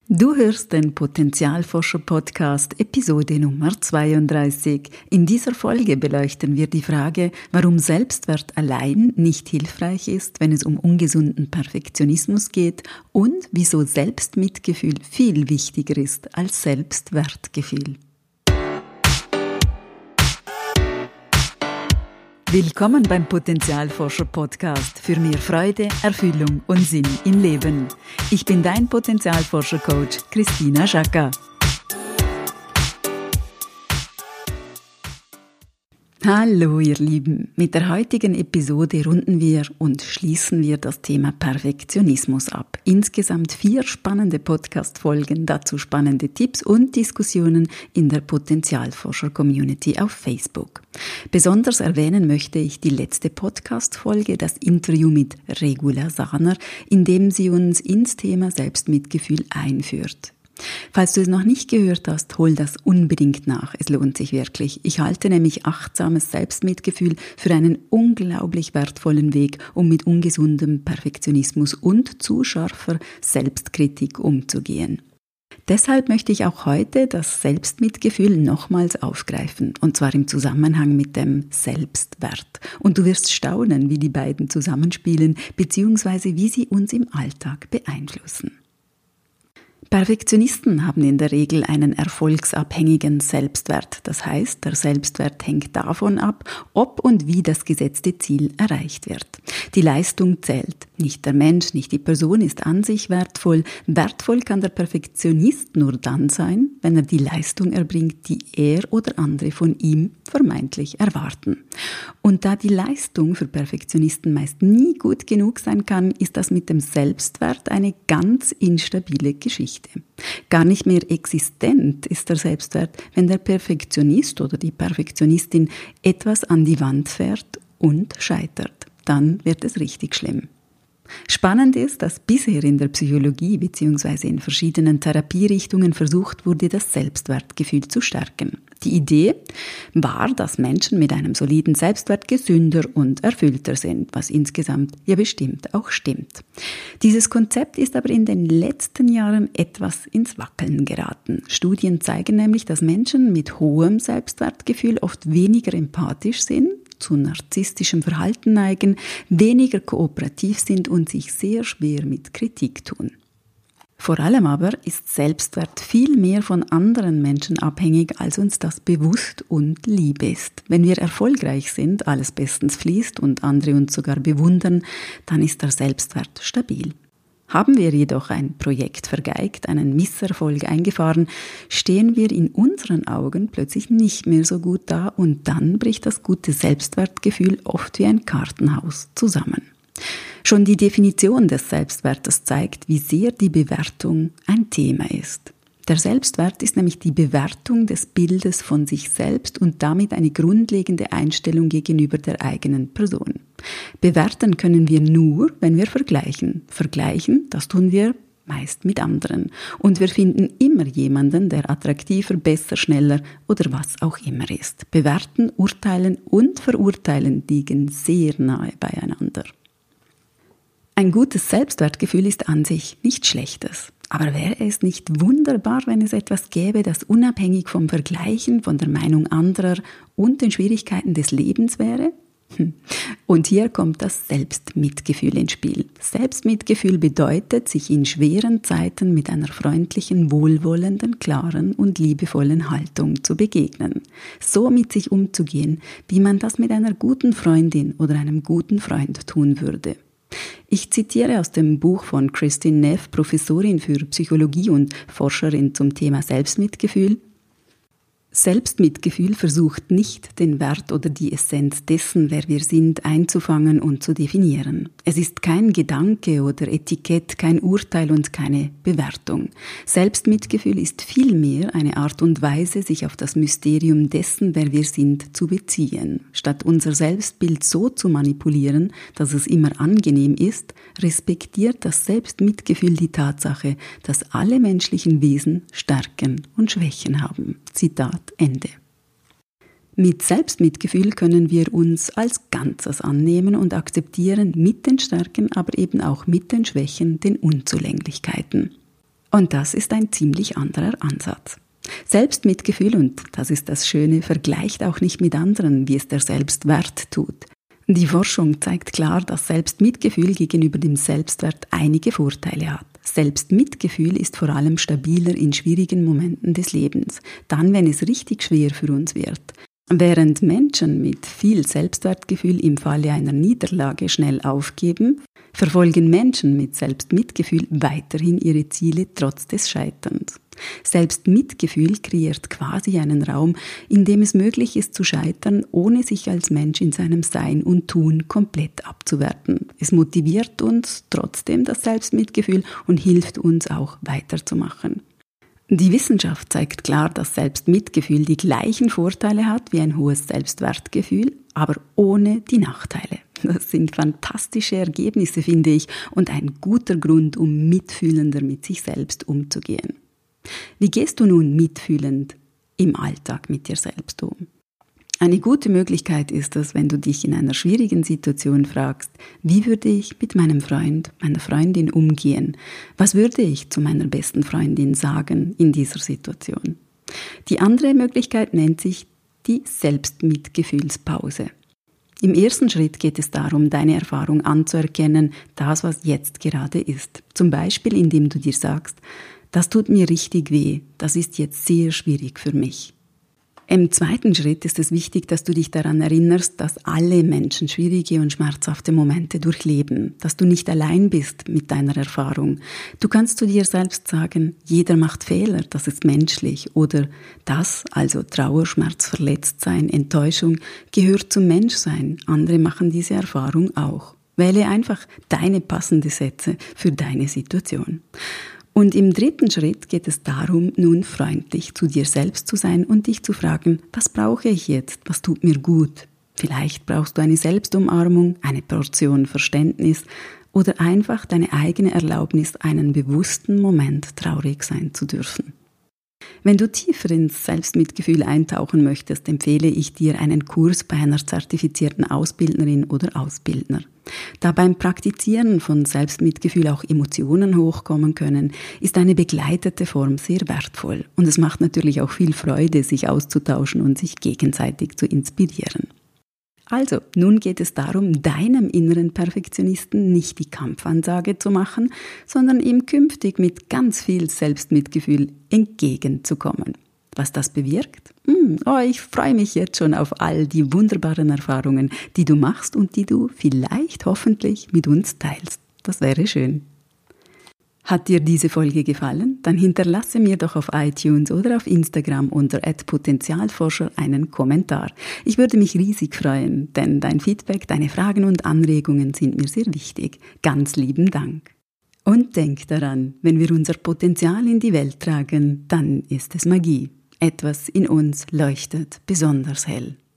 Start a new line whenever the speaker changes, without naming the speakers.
Du hörst den Potenzialforscher-Podcast, Episode Nummer 32. In dieser Folge beleuchten wir die Frage, warum Selbstwert allein nicht hilfreich ist, wenn es um ungesunden Perfektionismus geht und wieso Selbstmitgefühl viel wichtiger ist als Selbstwertgefühl. Willkommen beim Potenzialforscher-Podcast für mehr Freude, Erfüllung und Sinn im Leben. Ich bin dein Potenzialforscher-Coach Christina Schaka. Hallo ihr Lieben, mit der heutigen Episode runden wir und schließen wir das Thema Perfektionismus ab. Insgesamt 4 spannende Podcast-Folgen, dazu spannende Tipps und Diskussionen in der Potenzialforscher-Community auf Facebook. Besonders erwähnen möchte ich die letzte Podcast-Folge, das Interview mit Regula Sahner, in dem sie uns ins Thema Selbstmitgefühl einführt. Falls du es noch nicht gehört hast, hol das unbedingt nach. Es lohnt sich wirklich. Ich halte nämlich achtsames Selbstmitgefühl für einen unglaublich wertvollen Weg, um mit ungesundem Perfektionismus und zu scharfer Selbstkritik umzugehen. Deshalb möchte ich auch heute das Selbstmitgefühl nochmals aufgreifen, und zwar im Zusammenhang mit dem Selbstwert. Und du wirst staunen, wie die beiden zusammenspielen, beziehungsweise wie sie uns im Alltag beeinflussen. Perfektionisten haben in der Regel einen erfolgsabhängigen Selbstwert. Das heißt, der Selbstwert hängt davon ab, ob und wie das gesetzte Ziel erreicht wird. Die Leistung zählt. Nicht der Mensch, nicht die Person ist an sich wertvoll. Wertvoll kann der Perfektionist nur dann sein, wenn er die Leistung erbringt, die er oder andere von ihm vermeintlich erwarten. Und da die Leistung für Perfektionisten meist nie gut genug sein kann, ist das mit dem Selbstwert eine ganz instabile Geschichte. Gar nicht mehr existent ist der Selbstwert, wenn der Perfektionist oder die Perfektionistin etwas an die Wand fährt und scheitert. Dann wird es richtig schlimm. Spannend ist, dass bisher in der Psychologie bzw. in verschiedenen Therapierichtungen versucht wurde, das Selbstwertgefühl zu stärken. Die Idee war, dass Menschen mit einem soliden Selbstwert gesünder und erfüllter sind, was insgesamt ja bestimmt auch stimmt. Dieses Konzept ist aber in den letzten Jahren etwas ins Wackeln geraten. Studien zeigen nämlich, dass Menschen mit hohem Selbstwertgefühl oft weniger empathisch sind, zu narzisstischem Verhalten neigen, weniger kooperativ sind und sich sehr schwer mit Kritik tun. Vor allem aber ist Selbstwert viel mehr von anderen Menschen abhängig, als uns das bewusst und lieb ist. Wenn wir erfolgreich sind, alles bestens fließt und andere uns sogar bewundern, dann ist der Selbstwert stabil. Haben wir jedoch ein Projekt vergeigt, einen Misserfolg eingefahren, stehen wir in unseren Augen plötzlich nicht mehr so gut da und dann bricht das gute Selbstwertgefühl oft wie ein Kartenhaus zusammen. Schon die Definition des Selbstwertes zeigt, wie sehr die Bewertung ein Thema ist. Der Selbstwert ist nämlich die Bewertung des Bildes von sich selbst und damit eine grundlegende Einstellung gegenüber der eigenen Person. Bewerten können wir nur, wenn wir vergleichen. Vergleichen, das tun wir meist mit anderen. Und wir finden immer jemanden, der attraktiver, besser, schneller oder was auch immer ist. Bewerten, urteilen und verurteilen liegen sehr nahe beieinander. Ein gutes Selbstwertgefühl ist an sich nichts Schlechtes. Aber wäre es nicht wunderbar, wenn es etwas gäbe, das unabhängig vom Vergleichen, von der Meinung anderer und den Schwierigkeiten des Lebens wäre? Und hier kommt das Selbstmitgefühl ins Spiel. Selbstmitgefühl bedeutet, sich in schweren Zeiten mit einer freundlichen, wohlwollenden, klaren und liebevollen Haltung zu begegnen. So mit sich umzugehen, wie man das mit einer guten Freundin oder einem guten Freund tun würde. Ich zitiere aus dem Buch von Kristin Neff, Professorin für Psychologie und Forscherin zum Thema Selbstmitgefühl. Selbstmitgefühl versucht nicht, den Wert oder die Essenz dessen, wer wir sind, einzufangen und zu definieren. Es ist kein Gedanke oder Etikett, kein Urteil und keine Bewertung. Selbstmitgefühl ist vielmehr eine Art und Weise, sich auf das Mysterium dessen, wer wir sind, zu beziehen. Statt unser Selbstbild so zu manipulieren, dass es immer angenehm ist, respektiert das Selbstmitgefühl die Tatsache, dass alle menschlichen Wesen Stärken und Schwächen haben. Zitat Ende. Mit Selbstmitgefühl können wir uns als Ganzes annehmen und akzeptieren, mit den Stärken, aber eben auch mit den Schwächen, den Unzulänglichkeiten. Und das ist ein ziemlich anderer Ansatz. Selbstmitgefühl, und das ist das Schöne, vergleicht auch nicht mit anderen, wie es der Selbstwert tut. Die Forschung zeigt klar, dass Selbstmitgefühl gegenüber dem Selbstwert einige Vorteile hat. Selbstmitgefühl ist vor allem stabiler in schwierigen Momenten des Lebens, dann, wenn es richtig schwer für uns wird. Während Menschen mit viel Selbstwertgefühl im Falle einer Niederlage schnell aufgeben, verfolgen Menschen mit Selbstmitgefühl weiterhin ihre Ziele trotz des Scheiterns. Selbstmitgefühl kreiert quasi einen Raum, in dem es möglich ist zu scheitern, ohne sich als Mensch in seinem Sein und Tun komplett abzuwerten. Es motiviert uns trotzdem das Selbstmitgefühl und hilft uns auch weiterzumachen. Die Wissenschaft zeigt klar, dass Selbstmitgefühl die gleichen Vorteile hat wie ein hohes Selbstwertgefühl, aber ohne die Nachteile. Das sind fantastische Ergebnisse, finde ich, und ein guter Grund, um mitfühlender mit sich selbst umzugehen. Wie gehst du nun mitfühlend im Alltag mit dir selbst um? Eine gute Möglichkeit ist es, wenn du dich in einer schwierigen Situation fragst, wie würde ich mit meinem Freund, meiner Freundin umgehen? Was würde ich zu meiner besten Freundin sagen in dieser Situation? Die andere Möglichkeit nennt sich die Selbstmitgefühlspause. Im ersten Schritt geht es darum, deine Erfahrung anzuerkennen, das, was jetzt gerade ist. Zum Beispiel, indem du dir sagst, das tut mir richtig weh, das ist jetzt sehr schwierig für mich. Im zweiten Schritt ist es wichtig, dass du dich daran erinnerst, dass alle Menschen schwierige und schmerzhafte Momente durchleben, dass du nicht allein bist mit deiner Erfahrung. Du kannst zu dir selbst sagen, jeder macht Fehler, das ist menschlich, oder das, also Trauer, Schmerz, Verletztsein, Enttäuschung, gehört zum Menschsein. Andere machen diese Erfahrung auch. Wähle einfach deine passenden Sätze für deine Situation. Und im dritten Schritt geht es darum, nun freundlich zu dir selbst zu sein und dich zu fragen, was brauche ich jetzt, was tut mir gut? Vielleicht brauchst du eine Selbstumarmung, eine Portion Verständnis oder einfach deine eigene Erlaubnis, einen bewussten Moment traurig sein zu dürfen. Wenn du tiefer ins Selbstmitgefühl eintauchen möchtest, empfehle ich dir einen Kurs bei einer zertifizierten Ausbildnerin oder Ausbildner. Da beim Praktizieren von Selbstmitgefühl auch Emotionen hochkommen können, ist eine begleitete Form sehr wertvoll. Und es macht natürlich auch viel Freude, sich auszutauschen und sich gegenseitig zu inspirieren. Also, nun geht es darum, deinem inneren Perfektionisten nicht die Kampfansage zu machen, sondern ihm künftig mit ganz viel Selbstmitgefühl entgegenzukommen. Was das bewirkt? Ich freue mich jetzt schon auf all die wunderbaren Erfahrungen, die du machst und die du vielleicht hoffentlich mit uns teilst. Das wäre schön. Hat dir diese Folge gefallen? Dann hinterlasse mir doch auf iTunes oder auf Instagram unter @Potenzialforscher einen Kommentar. Ich würde mich riesig freuen, denn dein Feedback, deine Fragen und Anregungen sind mir sehr wichtig. Ganz lieben Dank. Und denk daran, wenn wir unser Potenzial in die Welt tragen, dann ist es Magie. Etwas in uns leuchtet besonders hell.